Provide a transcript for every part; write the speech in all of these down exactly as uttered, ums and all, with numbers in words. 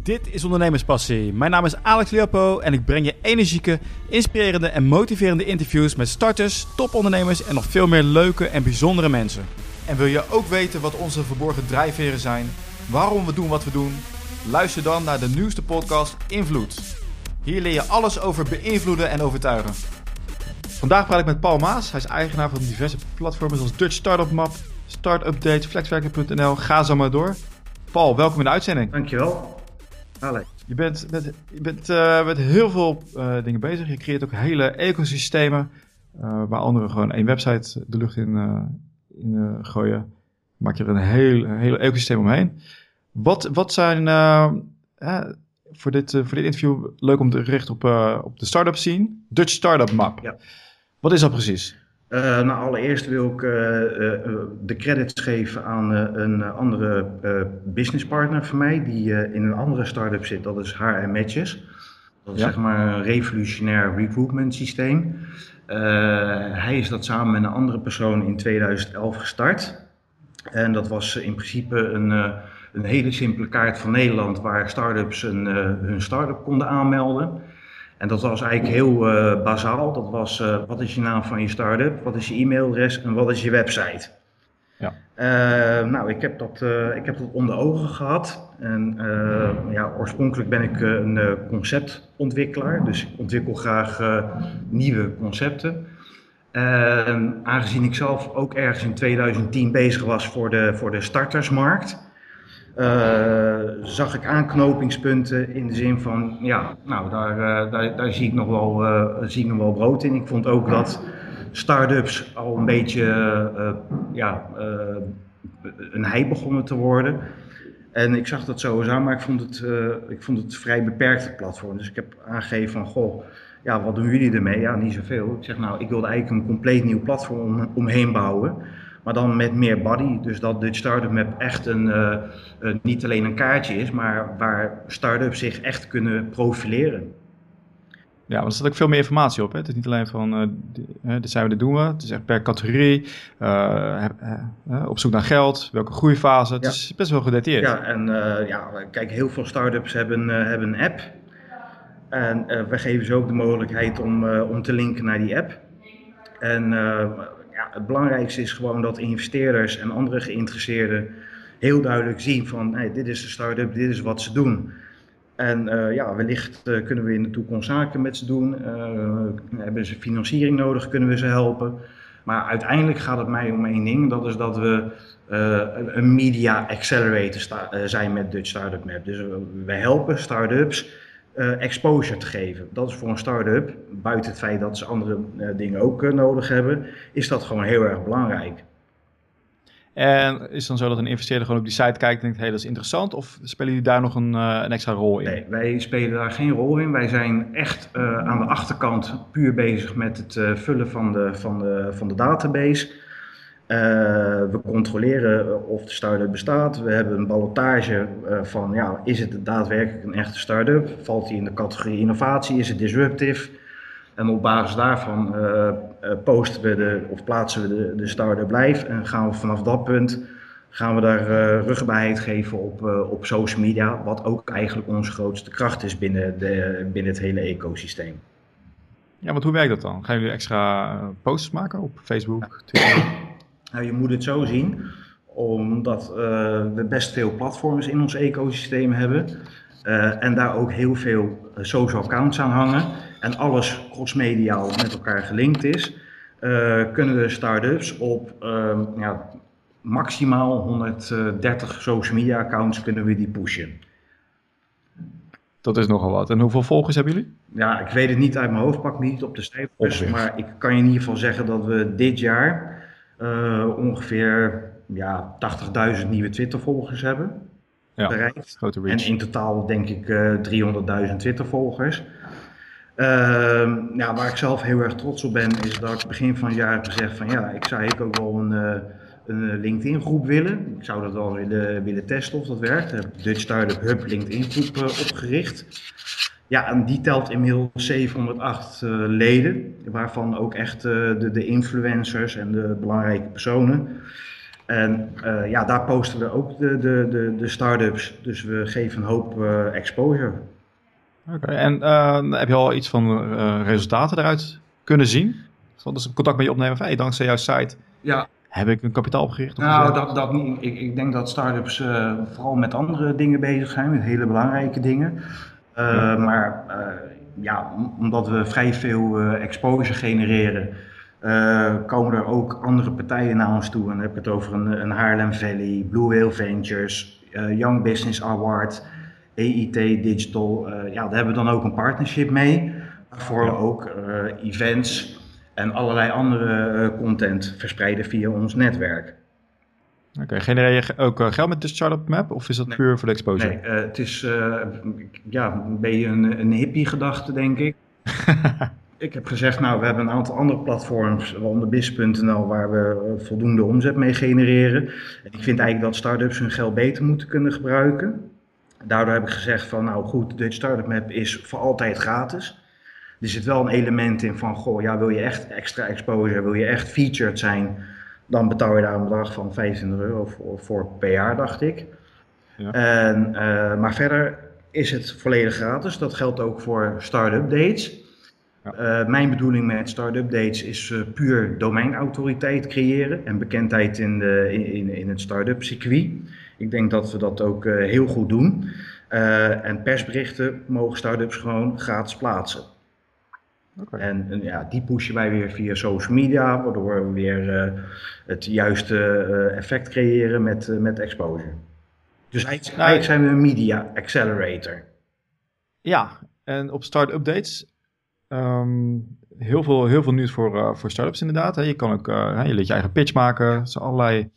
Dit is Ondernemerspassie. Mijn naam is Alex Leopo en ik breng je energieke, inspirerende en motiverende interviews met starters, topondernemers en nog veel meer leuke en bijzondere mensen. En wil je ook weten wat onze verborgen drijfveren zijn, waarom we doen wat we doen? Luister dan naar de nieuwste podcast Invloed. Hier leer je alles over beïnvloeden en overtuigen. Vandaag praat ik met Paul Maas. Hij is eigenaar van diverse platformen zoals Dutch Startup Map, Startupdate, Flexwerker punt n l. Ga zo maar door. Paul, welkom in de uitzending. Dankjewel, Alex. Je bent met, je bent, uh, met heel veel uh, dingen bezig. Je creëert ook hele ecosystemen, uh, waar anderen gewoon één website de lucht in, uh, in uh, gooien. Maak je er een heel, een heel ecosysteem omheen. Wat, wat zijn, uh, uh, voor, dit, uh, voor dit interview leuk om te richten op, uh, op de start-up scene, Dutch Startup Map. Ja. Wat is dat precies? Uh, nou, allereerst wil ik uh, uh, de credits geven aan uh, een andere uh, businesspartner van mij, die uh, in een andere start-up zit. Dat is H R Matches. Dat is ja. zeg maar een revolutionair recruitment systeem. Uh, hij is dat samen met een andere persoon in tweeduizend elf gestart. En dat was in principe een, uh, een hele simpele kaart van Nederland waar start-ups een, uh, hun start-up konden aanmelden. En dat was eigenlijk heel uh, bazaal. Dat was, uh, wat is je naam van je start-up, wat is je e-mailadres en wat is je website? Ja. Uh, nou, ik heb, dat, uh, ik heb dat onder ogen gehad. En uh, ja, oorspronkelijk ben ik uh, een uh, conceptontwikkelaar. Dus ik ontwikkel graag uh, nieuwe concepten. Uh, aangezien ik zelf ook ergens in tweeduizend tien bezig was voor de, voor de startersmarkt. Uh, zag ik aanknopingspunten in de zin van, ja, nou, daar, uh, daar, daar zie, ik nog wel, uh, zie ik nog wel brood in. Ik vond ook dat start-ups al een beetje uh, ja, uh, een hype begonnen te worden. En ik zag dat sowieso, maar ik vond het, uh, ik vond het vrij beperkt, het platform. Dus ik heb aangegeven van, goh, ja, wat doen jullie ermee? Ja, niet zoveel. Ik zeg, nou, ik wilde eigenlijk een compleet nieuw platform om, omheen bouwen. Maar dan met meer body, dus dat Dutch Startup Map echt een, uh, uh, niet alleen een kaartje is, maar waar start-ups zich echt kunnen profileren. Ja, want er staat ook veel meer informatie op. Hè? Het is niet alleen van, uh, dit, dit zijn we, dit doen we. Het is echt per categorie, uh, uh, op zoek naar geld, welke groeifase. Het ja. is best wel gedetailleerd. Ja, en uh, ja, kijk, heel veel start-ups hebben, uh, hebben een app. En uh, wij geven ze ook de mogelijkheid om, uh, om te linken naar die app. En uh, ja, het belangrijkste is gewoon dat investeerders en andere geïnteresseerden heel duidelijk zien van, hey, dit is de start-up, dit is wat ze doen. En uh, ja, wellicht uh, kunnen we in de toekomst zaken met ze doen. Uh, hebben ze financiering nodig, kunnen we ze helpen. Maar uiteindelijk gaat het mij om één ding, dat is dat we uh, een media accelerator sta- uh, zijn met Dutch Startup Map. Dus uh, we helpen start-ups Uh, exposure te geven. Dat is voor een start-up, buiten het feit dat ze andere uh, dingen ook uh, nodig hebben, is dat gewoon heel erg belangrijk. En is het dan zo dat een investeerder gewoon op die site kijkt en denkt, hé, hey, dat is interessant, of spelen jullie daar nog een, uh, een extra rol in? Nee, wij spelen daar geen rol in. Wij zijn echt uh, aan de achterkant puur bezig met het uh, vullen van de, van, de, van de database. Uh, we controleren of de start-up bestaat. We hebben een ballotage uh, van, ja, is het daadwerkelijk een echte start-up? Valt die in de categorie innovatie? Is het disruptive? En op basis daarvan uh, uh, posten we de, of plaatsen we de, de start-up live. En gaan we vanaf dat punt gaan we daar uh, rugbaarheid geven op, uh, op social media. Wat ook eigenlijk onze grootste kracht is binnen, de, binnen het hele ecosysteem. Ja, want hoe werkt dat dan? Gaan jullie extra posts maken op Facebook, Twitter? Nou, je moet het zo zien, omdat uh, we best veel platforms in ons ecosysteem hebben uh, en daar ook heel veel social accounts aan hangen en alles crossmediaal met elkaar gelinkt is, uh, kunnen we start-ups op uh, ja, maximaal honderddertig social media accounts kunnen we die pushen. Dat is nogal wat. En hoeveel volgers hebben jullie? Ja, ik weet het niet uit mijn hoofd, pak me niet op de cijfers, maar ik kan je in ieder geval zeggen dat we dit jaar Uh, ongeveer ja, tachtigduizend nieuwe Twitter-volgers hebben ja, bereikt. Grote reach. En in totaal denk ik uh, driehonderdduizend Twitter-volgers. Uh, ja, waar ik zelf heel erg trots op ben, is dat ik begin van het jaar heb gezegd van ja, ik zou ik ook wel een, uh, een LinkedIn-groep willen. Ik zou dat wel willen, willen testen of dat werkt. Ik heb Dutch Startup Hub LinkedIn-groep uh, opgericht. Ja, en die telt inmiddels zevenhonderdacht uh, leden, waarvan ook echt uh, de, de influencers en de belangrijke personen. En uh, ja, daar posten we ook de, de, de, de start-ups. Dus we geven een hoop uh, exposure. Oké, okay, en uh, heb je al iets van uh, resultaten eruit kunnen zien? Dus contact met je opnemen van, hey, dankzij jouw site ja. heb ik een kapitaal opgericht? Nou, dat, dat niet. Ik, ik denk dat start-ups uh, vooral met andere dingen bezig zijn, met hele belangrijke dingen. Uh, ja. Maar uh, ja, omdat we vrij veel uh, exposure genereren, uh, komen er ook andere partijen naar ons toe. En dan heb ik het over een, een Haarlem Valley, Blue Whale Ventures, uh, Young Business Award, E I T Digital. Uh, ja, daar hebben we dan ook een partnership mee. Waarvoor we ook uh, events en allerlei andere uh, content verspreiden via ons netwerk. Oké, okay, genereer je ook uh, geld met de Startup Map of is dat nee. puur voor de exposure? Nee, uh, het is uh, ja, een beetje een, een hippie gedachte, denk ik. Ik heb gezegd, nou, we hebben een aantal andere platforms, waaronder biz punt n l, waar we voldoende omzet mee genereren. En ik vind eigenlijk dat start-ups hun geld beter moeten kunnen gebruiken. Daardoor heb ik gezegd van, nou goed, de Startup Map is voor altijd gratis. Er zit wel een element in van, goh, ja, wil je echt extra exposure, wil je echt featured zijn, dan betaal je daar een bedrag van vijfentwintig euro voor, voor per jaar, dacht ik. Ja. En, uh, maar verder is het volledig gratis. Dat geldt ook voor Startup Dates. Ja. Uh, mijn bedoeling met Startup Dates is uh, puur domeinautoriteit creëren en bekendheid in, de, in, in het start-up circuit. Ik denk dat we dat ook uh, heel goed doen. Uh, en persberichten mogen start-ups gewoon gratis plaatsen. Okay. En, en ja, die pushen wij weer via social media, waardoor we weer uh, het juiste uh, effect creëren met, uh, met exposure. Dus eigenlijk, nou, eigenlijk zijn we een media accelerator. Ja, en op Startup Dates um, heel, veel, heel veel nieuws voor, uh, voor startups inderdaad. Hè. Je kan ook uh, je laat je eigen pitch maken. Dus allerlei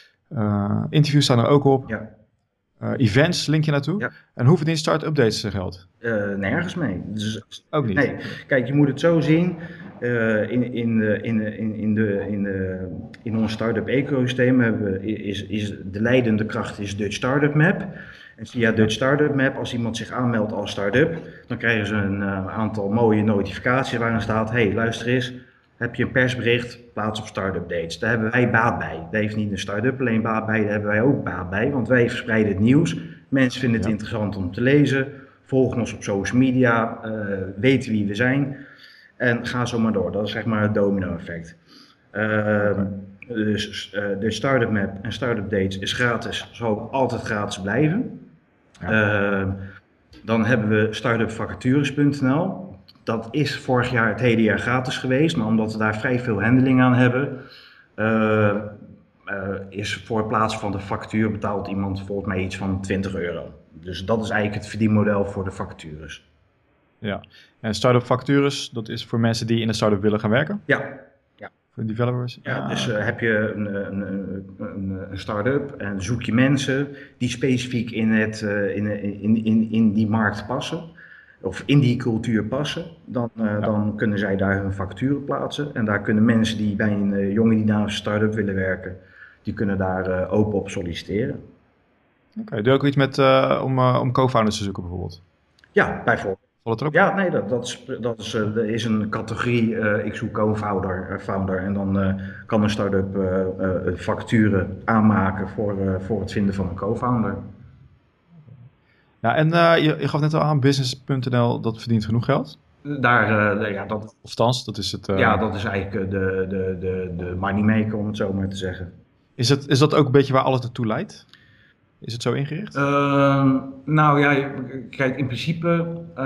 uh, interviews staan er ook op. Ja. Uh, events link je naartoe. Ja. En hoe verdient Startup Dates geld? Uh, nergens mee. Dus, ook niet? Nee. Kijk, je moet het zo zien. Uh, in, in, de, in, de, in, in, de, in, de, in ons start-up ecosysteem hebben we, is, is de leidende kracht is Dutch Startup Map. En via Dutch Startup Map, als iemand zich aanmeldt als start-up, dan krijgen ze een uh, aantal mooie notificaties waarin staat, hey, luister eens, heb je een persbericht, plaats op Startup Dates. Daar hebben wij baat bij. Daar heeft niet een start-up alleen baat bij, daar hebben wij ook baat bij, want wij verspreiden het nieuws. Mensen vinden het ja. interessant om te lezen, volgen ons op social media, uh, weten wie we zijn en ga zo maar door. Dat is zeg maar het domino effect. Uh, okay. Dus uh, de Startup Map en Startup Dates is gratis, zal ook altijd gratis blijven. Ja. Uh, dan hebben we startup vacatures punt n l. Dat is vorig jaar het hele jaar gratis geweest, maar omdat we daar vrij veel handling aan hebben, uh, uh, is voor het plaatsen van de vacature betaalt iemand volgens mij iets van twintig euro. Dus dat is eigenlijk het verdienmodel voor de vacatures. Ja, en start-up vacatures, dat is voor mensen die in een start-up willen gaan werken? Ja. Voor developers? Ja, ah, dus uh, okay. heb je een, een, een, een start-up en zoek je mensen die specifiek in, het, uh, in, in, in, in die markt passen, of in die cultuur passen, dan, uh, ja. dan kunnen zij daar hun vacature plaatsen. En daar kunnen mensen die bij een uh, jonge dynamische start-up willen werken, die kunnen daar uh, open op solliciteren. Oké, okay. Doe je ook iets met, uh, om, uh, om co-founders te zoeken bijvoorbeeld? Ja, bijvoorbeeld. Erop? Ja, nee, dat, dat, is, dat is, uh, er is een categorie, uh, ik zoek co-founder uh, founder, en dan uh, kan een start-up uh, uh, vacature aanmaken voor, uh, voor het vinden van een co-founder. Ja, en uh, je, je gaf net al aan, business punt n l, dat verdient genoeg geld? Daar, uh, ja, dat, of thans, dat is het... Uh... Ja, dat is eigenlijk de, de, de, de moneymaker, om het zo maar te zeggen. Is, het, is dat ook een beetje waar alles naartoe leidt? Is het zo ingericht? Uh, nou ja, kijk, in principe, uh,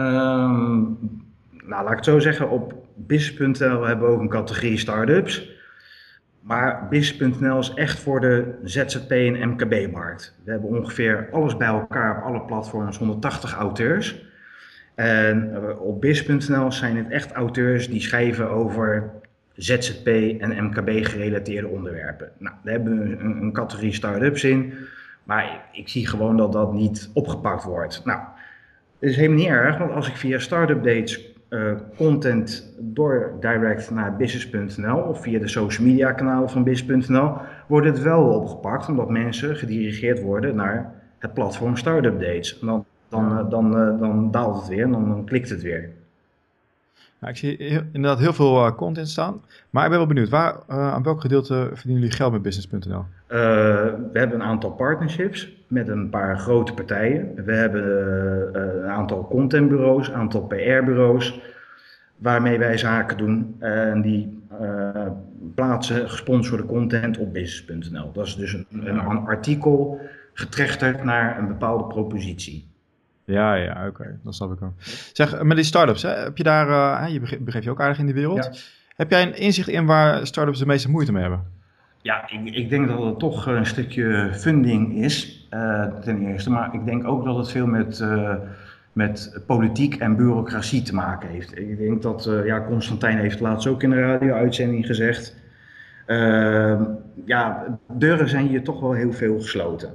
nou laat ik het zo zeggen, op business punt n l hebben we ook een categorie start-ups. Maar business punt n l is echt voor de Z Z P en M K B-markt. We hebben ongeveer alles bij elkaar op alle platforms, honderdtachtig auteurs. En uh, op business punt n l zijn het echt auteurs die schrijven over Z Z P en M K B-gerelateerde onderwerpen. Nou, daar hebben we een, een categorie start-ups in. Maar ik zie gewoon dat dat niet opgepakt wordt. Nou, dat is helemaal niet erg, want als ik via Startup Dates uh, content doordirect naar business punt n l of via de social media kanalen van business punt n l, wordt het wel opgepakt, omdat mensen gedirigeerd worden naar het platform Startup Dates. En dan, dan, uh, dan, uh, dan daalt het weer en dan, dan klikt het weer. Ja, ik zie heel, inderdaad heel veel uh, content staan. Maar ik ben wel benieuwd, waar, uh, aan welk gedeelte verdienen jullie geld met business punt n l? Uh, we hebben een aantal partnerships met een paar grote partijen. We hebben uh, een aantal contentbureaus, een aantal P R-bureaus waarmee wij zaken doen. En die uh, plaatsen gesponsorde content op business punt n l. Dat is dus een, een, een artikel getrechterd naar een bepaalde propositie. Ja, ja, oké. Okay. Dat snap ik ook. Zeg, met die start-ups, hè, heb je daar, uh, je begeeft je ook aardig in die wereld. Ja. Heb jij een inzicht in waar start-ups de meeste moeite mee hebben? Ja, ik, ik denk dat het toch een stukje funding is, uh, ten eerste. Maar ik denk ook dat het veel met, uh, met politiek en bureaucratie te maken heeft. Ik denk dat, uh, ja, Constantijn heeft laatst ook in de radio-uitzending gezegd. Uh, ja, deuren zijn hier toch wel heel veel gesloten.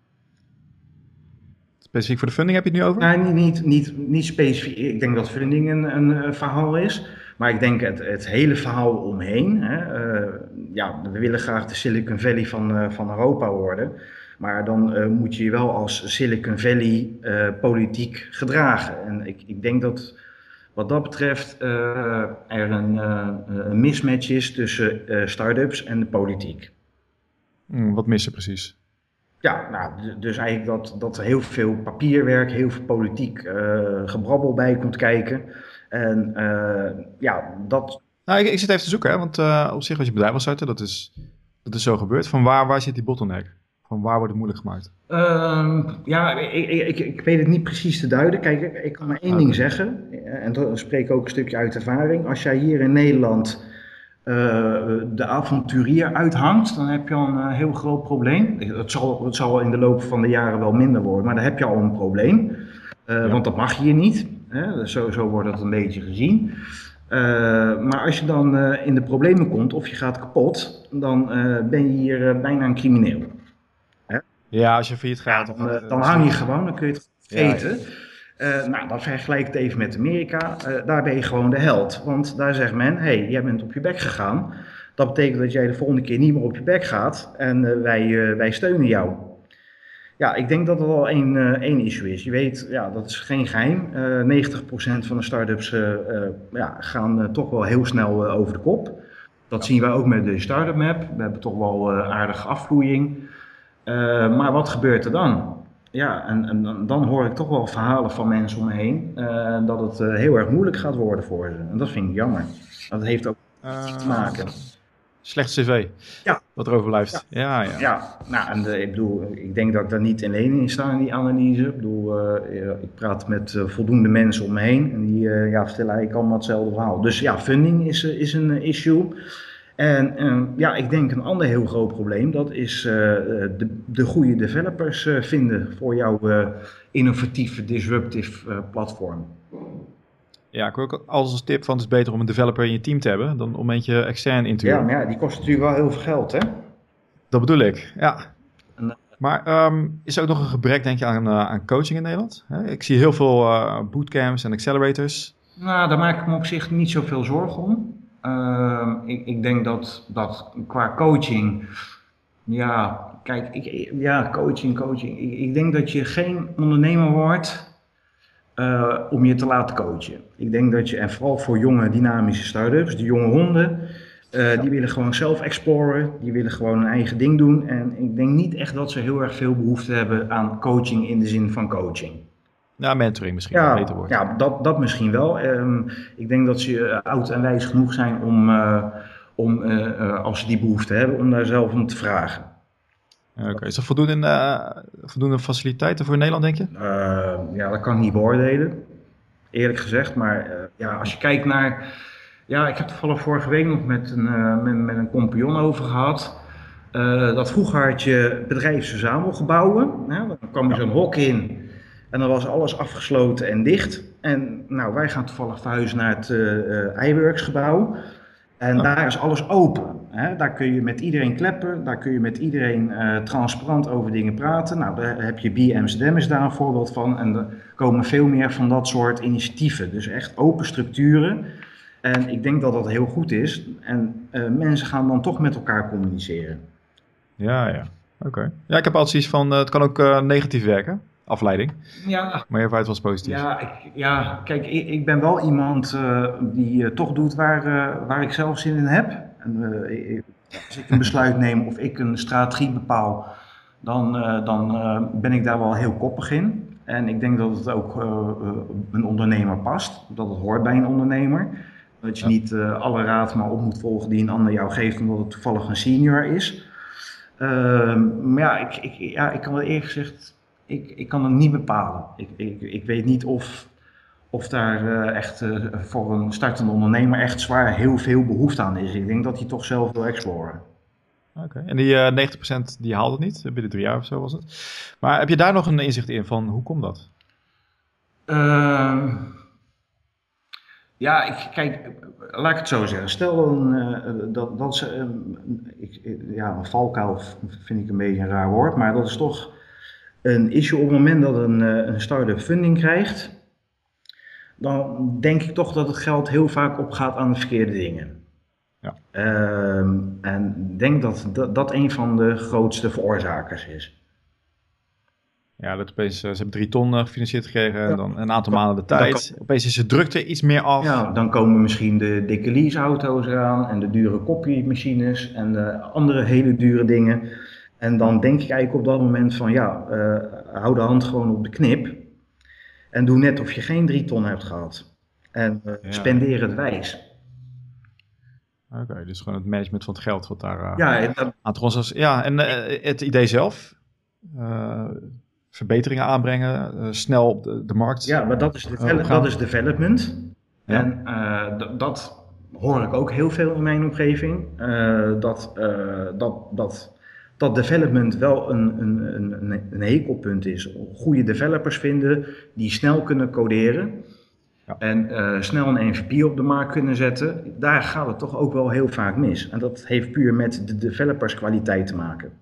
Specifiek voor de funding heb je het nu over? Nee, niet, niet, niet, niet specifiek. Ik denk dat funding een, een verhaal is. Maar ik denk het, het hele verhaal omheen. Hè, uh, ja, we willen graag de Silicon Valley van, uh, van Europa worden. Maar dan uh, moet je je wel als Silicon Valley uh, politiek gedragen. En ik, ik denk dat wat dat betreft uh, er een, uh, een mismatch is tussen uh, start-ups en de politiek. Hmm, wat missen precies? Ja, nou, dus eigenlijk dat, dat er heel veel papierwerk, heel veel politiek uh, gebrabbel bij komt kijken. En uh, ja, dat... Nou, ik, ik zit even te zoeken, hè, want uh, op zich als je bedrijf wil starten, dat is, dat is zo gebeurd. Van waar, waar zit die bottleneck? Van waar wordt het moeilijk gemaakt? Uh, ja, ik, ik, ik weet het niet precies te duiden. Kijk, ik, ik kan maar één okay. ding zeggen, en dat spreek ik ook een stukje uit ervaring. Als jij hier in Nederland uh, de avonturier uithangt, dan heb je al een uh, heel groot probleem. Het zal, het zal in de loop van de jaren wel minder worden, maar dan heb je al een probleem. Uh, ja. Want dat mag hier niet. Hè? Zo, zo wordt dat een beetje gezien. Uh, maar als je dan uh, in de problemen komt of je gaat kapot, dan uh, ben je hier uh, bijna een crimineel. Hè? Ja, als je failliet gaat. Ja, dan, uh, dan hang je gewoon, dan kun je het vergeten. Ja, ja. Uh, nou, dan vergelijk ik het even met Amerika. Uh, daar ben je gewoon de held. Want daar zegt men, hé, hey, jij bent op je bek gegaan. Dat betekent dat jij de volgende keer niet meer op je bek gaat. En uh, wij, uh, wij steunen jou. Ja, ik denk dat dat al één, uh, één issue is. Je weet, ja, dat is geen geheim. Uh, negentig procent van de start-ups uh, uh, ja, gaan uh, toch wel heel snel uh, over de kop. Dat zien wij ook met de Startup Map. We hebben toch wel uh, aardige afvloeiing. Uh, maar wat gebeurt er dan? Ja, en, en dan hoor ik toch wel verhalen van mensen om me heen uh, dat het uh, heel erg moeilijk gaat worden voor ze. En dat vind ik jammer. Dat heeft ook uh, te maken. Slecht cv, ja. Wat erover blijft. Ja, ja. ja. ja. Nou, en de, ik bedoel, ik denk dat ik daar niet alleen in sta in die analyse. Ik bedoel, uh, ik praat met uh, voldoende mensen om me heen en die uh, ja, vertellen eigenlijk allemaal hetzelfde verhaal. Dus ja, funding is, uh, is een uh, issue. En uh, ja, ik denk een ander heel groot probleem, dat is uh, de, de goede developers uh, vinden voor jouw uh, innovatieve, disruptive uh, platform. Ja, ik hoor ook als tip van het is beter om een developer in je team te hebben dan om eentje extern in te huren. Ja, maar ja, die kost natuurlijk wel heel veel geld, hè? Dat bedoel ik, ja. En, maar um, is er ook nog een gebrek, denk je, aan, uh, aan coaching in Nederland? He, ik zie heel veel uh, bootcamps en accelerators. Nou, daar maak ik me op zich niet zoveel zorgen om. Uh, ik, ik denk dat, dat qua coaching, ja, kijk, ik, ja, coaching, coaching. Ik, ik denk dat je geen ondernemer wordt Uh, om je te laten coachen. Ik denk dat je, en vooral voor jonge dynamische start-ups, die jonge honden, uh, ja. die willen gewoon zelf exploren, die willen gewoon hun eigen ding doen. En ik denk niet echt dat ze heel erg veel behoefte hebben aan coaching in de zin van coaching. Ja, mentoring misschien ja, wel beter wordt. Ja, dat, dat misschien wel. Um, ik denk dat ze uh, oud en wijs genoeg zijn om, uh, om uh, uh, als ze die behoefte hebben, om daar zelf om te vragen. Oké, okay. Is er voldoende, uh, voldoende faciliteiten voor Nederland, denk je? Uh, ja, dat kan ik niet beoordelen, eerlijk gezegd. Maar uh, ja, als je kijkt naar... Ja, ik heb toevallig vorige week nog met een, uh, met, met een compagnon over gehad. Uh, dat vroeger had je bedrijfsverzamelgebouwen. Hè? Dan kwam je zo'n hok in en dan was alles afgesloten en dicht. En nou, wij gaan toevallig verhuizen naar het uh, uh, iWorks gebouw. En ja. daar is alles open. Hè? Daar kun je met iedereen kleppen, daar kun je met iedereen uh, transparant over dingen praten. Nou, daar heb je B Amsterdam is daar een voorbeeld van. En er komen veel meer van dat soort initiatieven. Dus echt open structuren. En ik denk dat dat heel goed is. En uh, mensen gaan dan toch met elkaar communiceren. Ja, ja. Oké. Okay. Ja, ik heb altijd zoiets van, uh, het kan ook uh, negatief werken. afleiding. Ja. Maar je ervaart was positief. Ja, ik, ja kijk, ik, ik ben wel iemand uh, die uh, toch doet waar, uh, waar ik zelf zin in heb. En, uh, ik, als ik een besluit neem of ik een strategie bepaal, dan, uh, dan uh, ben ik daar wel heel koppig in. En ik denk dat het ook uh, uh, een ondernemer past, dat het hoort bij een ondernemer. Dat je ja. niet uh, alle raad maar op moet volgen die een ander jou geeft omdat het toevallig een senior is. Uh, maar ja ik, ik, ja, ik kan wel eerlijk gezegd, ik, ik kan het niet bepalen. Ik, ik, ik weet niet of, of daar uh, echt uh, voor een startende ondernemer echt zwaar heel veel behoefte aan is. Ik denk dat hij toch zelf wil exploren. Oké, okay. En die uh, negentig procent die haalt het niet, binnen drie jaar of zo was het. Maar heb je daar nog een inzicht in van hoe komt dat? Uh, ja, ik, kijk, laat ik het zo zeggen. Stel dan, uh, dat, dat ze, uh, ik, ja, een valkuil vind ik een beetje een raar woord, maar dat is toch een issue op het moment dat een, uh, een start-up funding krijgt. Dan denk ik toch dat het geld heel vaak opgaat aan de verkeerde dingen. Ja. Uh, en ik denk dat, dat dat een van de grootste veroorzakers is. Ja, dat opeens, ze hebben drie ton gefinancierd gekregen en ja. dan een aantal maanden de tijd. Kan... Opeens is de drukte iets meer af. Ja, dan komen misschien de dikke leaseauto's eraan en de dure koffiemachines en de andere hele dure dingen. En dan denk ik eigenlijk op dat moment van ja, uh, hou de hand gewoon op de knip en doe net of je geen drie ton hebt gehad. En uh, ja. spendeer het wijs. Oké, okay, dus gewoon het management van het geld wat daar uh, ja, dat... aan te was. Ja, en uh, het idee zelf, uh, verbeteringen aanbrengen, uh, snel op de, de markt. Ja, maar dat is, devel- dat is development. Ja. En uh, d- dat hoor ik ook heel veel in mijn omgeving. Uh, dat, uh, dat, dat, dat development wel een, een, een, een hekelpunt is. Goede developers vinden die snel kunnen coderen. Ja. En uh, snel een M V P op de markt kunnen zetten, daar gaat het toch ook wel heel vaak mis. En dat heeft puur met de developerskwaliteit te maken.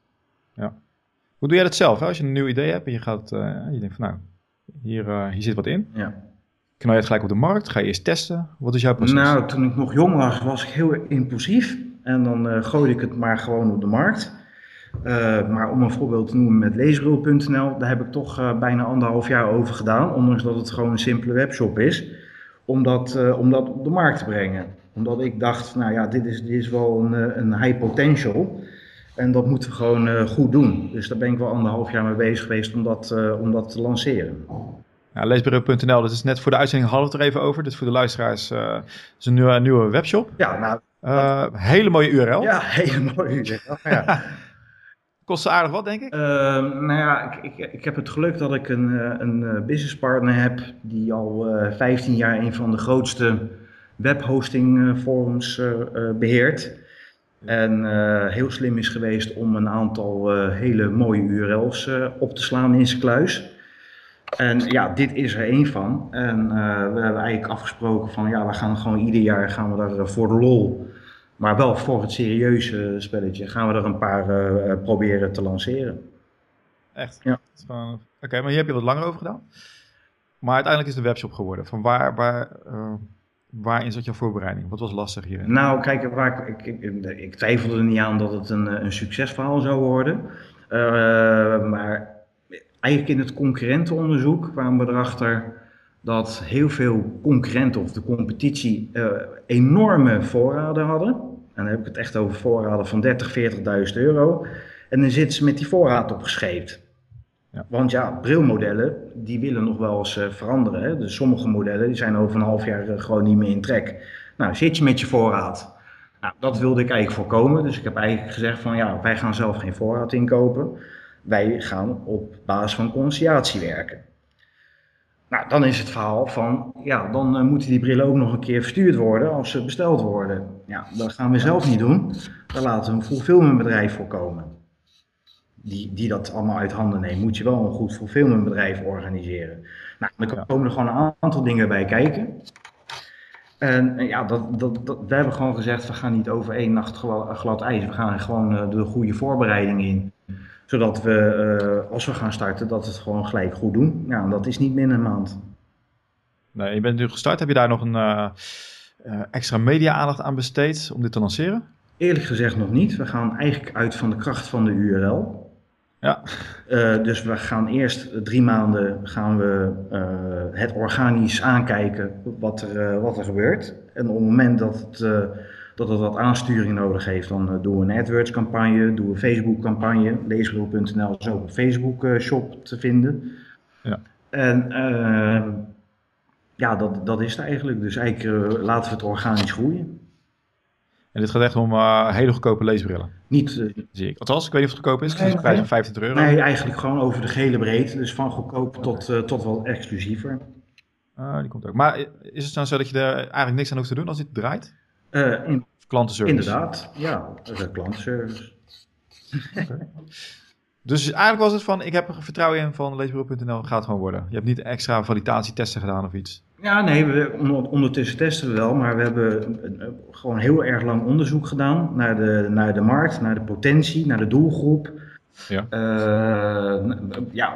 Ja. Hoe doe jij dat zelf? Hè? Als je een nieuw idee hebt en je, gaat, uh, je denkt van nou, hier, uh, hier zit wat in. Ja. Knal je het gelijk op de markt? Ga je eerst testen? Wat is jouw proces? Nou, toen ik nog jong was, was ik heel impulsief. En dan uh, gooide ik het maar gewoon op de markt. Uh, maar om een voorbeeld te noemen met leesbril punt n l, daar heb ik toch uh, bijna anderhalf jaar over gedaan, ondanks dat het gewoon een simpele webshop is, om dat, uh, om dat op de markt te brengen. Omdat ik dacht, nou ja, dit is, dit is wel een, een high potential en dat moeten we gewoon uh, goed doen. Dus daar ben ik wel anderhalf jaar mee bezig geweest om dat, uh, om dat te lanceren. Ja, leesbril punt n l, dat is net voor de uitzending hadden we het er even over. Dus voor de luisteraars uh, is een nieuwe, nieuwe webshop. Ja, nou. Uh, hele mooie U R L. Ja, hele mooie U R L. Ja. Kost aardig wat, denk ik? Uh, nou ja, ik, ik, ik heb het geluk dat ik een, een businesspartner heb die al uh, vijftien jaar een van de grootste webhosting forums uh, uh, beheert. En uh, heel slim is geweest om een aantal uh, hele mooie U R L's uh, op te slaan in zijn kluis. En ja, dit is er één van. En uh, we hebben eigenlijk afgesproken van ja, we gaan gewoon ieder jaar gaan we daar uh, voor de lol, maar wel voor het serieuze spelletje, gaan we er een paar uh, proberen te lanceren. Echt? Ja. Oké, okay, maar hier heb je wat langer over gedaan. Maar uiteindelijk is het een webshop geworden. Van waar, waar, uh, waarin zat jouw voorbereiding? Wat was lastig hierin? Nou, kijk, waar ik, ik, ik, ik twijfelde er niet aan dat het een, een succesverhaal zou worden. Uh, maar eigenlijk in het concurrentenonderzoek kwamen we erachter dat heel veel concurrenten of de competitie uh, enorme voorraden hadden. En dan heb ik het echt over voorraden van dertig, veertigduizend euro. En dan zitten ze met die voorraad opgescheept. Ja. Want ja, brilmodellen, die willen nog wel eens uh, veranderen. Hè? Dus sommige modellen die zijn over een half jaar uh, gewoon niet meer in trek. Nou, zit je met je voorraad. Nou, dat wilde ik eigenlijk voorkomen. Dus ik heb eigenlijk gezegd van ja, wij gaan zelf geen voorraad inkopen. Wij gaan op basis van conciliatie werken. Nou, dan is het verhaal van, ja, dan uh, moeten die brillen ook nog een keer verstuurd worden als ze besteld worden. Ja, dat gaan we zelf niet doen. Daar laten we een fulfillmentbedrijf voor komen. Die, die dat allemaal uit handen neemt. Moet je wel een goed fulfillmentbedrijf organiseren. Nou, dan komen er gewoon een aantal dingen bij kijken. En, en ja, dat, dat, dat, we hebben gewoon gezegd, we gaan niet over één nacht glad ijs. We gaan gewoon uh, de goede voorbereiding in. Zodat we, uh, als we gaan starten, dat we het gewoon gelijk goed doen. Ja, en dat is niet binnen een maand. Nee, je bent nu gestart. Heb je daar nog een uh, uh, extra media-aandacht aan besteed om dit te lanceren? Eerlijk gezegd nog niet. We gaan eigenlijk uit van de kracht van de U R L. Ja. Uh, dus we gaan eerst drie maanden gaan we uh, het organisch aankijken wat er, uh, wat er gebeurt. En op het moment dat het, uh, dat het wat aansturing nodig heeft, dan uh, doen we een AdWords campagne, doen we een Facebook campagne. Leesbril punt n l is ook een Facebook uh, shop te vinden. Ja. En uh, ja, dat, dat is het eigenlijk. Dus eigenlijk uh, laten we het organisch groeien. En dit gaat echt om uh, hele goedkope leesbrillen? Niet, uh, zie ik. Althans, ik weet niet of het goedkoop is. Het is nee, een prijs van vijfentwintig euro. Nee, eigenlijk gewoon over de gehele breedte. Dus van goedkoop okay. tot, uh, tot wel exclusiever. Uh, die komt ook. Maar is het nou zo dat je er eigenlijk niks aan hoeft te doen als dit draait? Uh, in, of klantenservice? Inderdaad, ja. De klantenservice. Okay. Dus eigenlijk was het van, ik heb er vertrouwen in van leesbril punt n l gaat gewoon worden. Je hebt niet extra validatietesten gedaan of iets? Ja, nee, we, ondertussen testen we wel, maar we hebben gewoon heel erg lang onderzoek gedaan naar de, naar de markt, naar de potentie, naar de doelgroep. Ja. Uh, ja,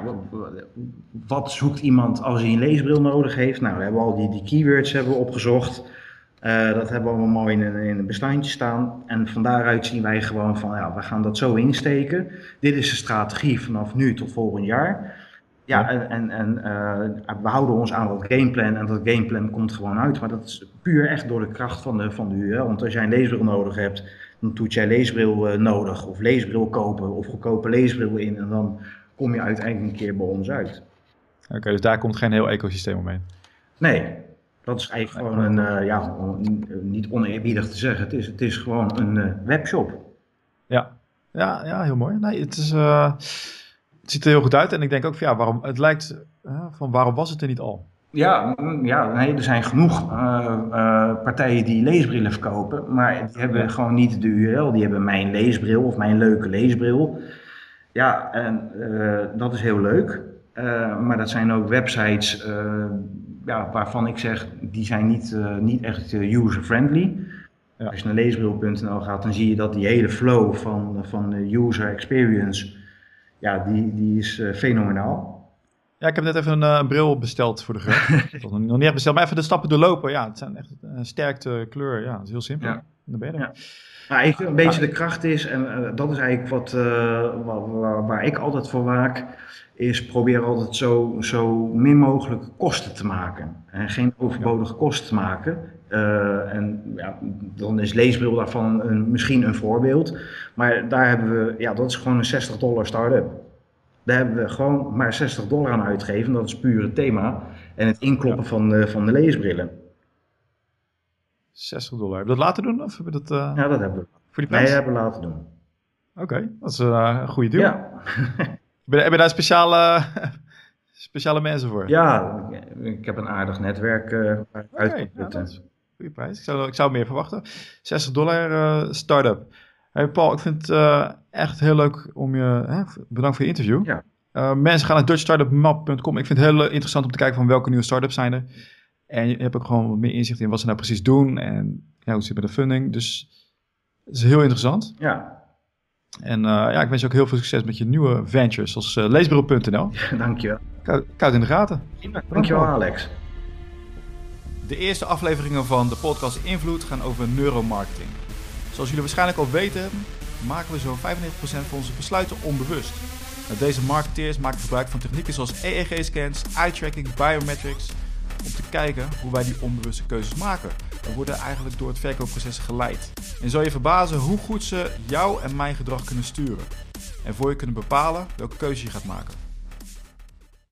wat zoekt iemand als hij een leesbril nodig heeft? Nou, we hebben al die, die keywords hebben we opgezocht. Uh, dat hebben we allemaal mooi in een, in een bestandje staan. En van daaruit zien wij gewoon van, ja, we gaan dat zo insteken. Dit is de strategie vanaf nu tot volgend jaar. Ja, ja. en, en, en uh, we houden ons aan dat gameplan en dat gameplan komt gewoon uit. Maar dat is puur echt door de kracht van de, van de U L. Want als jij een leesbril nodig hebt, dan toet jij leesbril uh, nodig of leesbril kopen of goedkope leesbril in. En dan kom je uiteindelijk een keer bij ons uit. Oké, okay, dus daar komt geen heel ecosysteem omheen? Nee, dat is eigenlijk gewoon een, uh, ja, niet oneerbiedig te zeggen, het is, het is gewoon een uh, webshop. Ja. Ja, ja, heel mooi. Nee, het is... Uh... Het ziet er heel goed uit en ik denk ook van ja, waarom, het lijkt uh, van waarom was het er niet al? Ja, ja nee, er zijn genoeg uh, uh, partijen die leesbrillen verkopen, maar die hebben ja. gewoon niet de U R L. Die hebben mijn leesbril of mijn leuke leesbril. Ja, en uh, dat is heel leuk. Uh, maar dat zijn ook websites uh, ja, waarvan ik zeg, die zijn niet, uh, niet echt uh, user-friendly. Ja. Als je naar leesbril punt n l gaat, dan zie je dat die hele flow van, van de user experience... Ja, die, die is uh, fenomenaal. Ja, ik heb net even een uh, bril besteld voor de grap. nog, nog niet echt besteld, maar even de stappen doorlopen. Ja, het zijn echt een sterkte kleur. Ja, dat is heel simpel. Ja. Dan ben je er. Ja. Nou, eigenlijk een beetje de kracht is, en uh, dat is eigenlijk wat, uh, waar, waar, waar ik altijd voor waak, is probeer altijd zo, zo min mogelijk kosten te maken. En geen overbodige kosten te maken. Uh, en ja, dan is leesbril daarvan een, misschien een voorbeeld. Maar daar hebben we, ja, dat is gewoon een zestig dollar start-up. Daar hebben we gewoon maar zestig dollar aan uitgegeven. Dat is puur het thema. En het inkloppen ja. van, de, van de leesbrillen. zestig dollar. Heb je dat laten doen? Of heb je dat, uh, ja, dat hebben we. Voor die prijs? Nee, hebben we laten doen. Oké, okay, dat is uh, een goede deal. Ja. heb, je, heb je daar speciale, speciale mensen voor? Ja, ik heb een aardig netwerk uh, uit. Okay, ja, dat is goede prijs. Ik zou, ik zou meer verwachten. zestig dollar uh, start-up. Hey Paul, ik vind het uh, echt heel leuk om je... Hè, bedankt voor je interview. Ja. Uh, mensen gaan naar dutch startup map punt com. Ik vind het heel interessant om te kijken van welke nieuwe start-ups zijn er. En je hebt ook gewoon wat meer inzicht in wat ze nou precies doen. En ja, hoe het zit met de funding. Dus het is heel interessant. Ja. En uh, ja, ik wens je ook heel veel succes met je nieuwe ventures. Zoals uh, leesbril punt n l. Ja, dankjewel. Koud, koud in de gaten. Ja, dankjewel Alex. De eerste afleveringen van de podcast Invloed gaan over neuromarketing. Zoals jullie waarschijnlijk al weten, maken we zo'n vijfennegentig procent van onze besluiten onbewust. Nou, deze marketeers maken gebruik van technieken zoals E E G-scans, eye-tracking, biometrics, om te kijken hoe wij die onbewuste keuzes maken. We worden eigenlijk door het verkoopproces geleid. En zal je verbazen hoe goed ze jou en mijn gedrag kunnen sturen. En voor je kunnen bepalen welke keuze je gaat maken.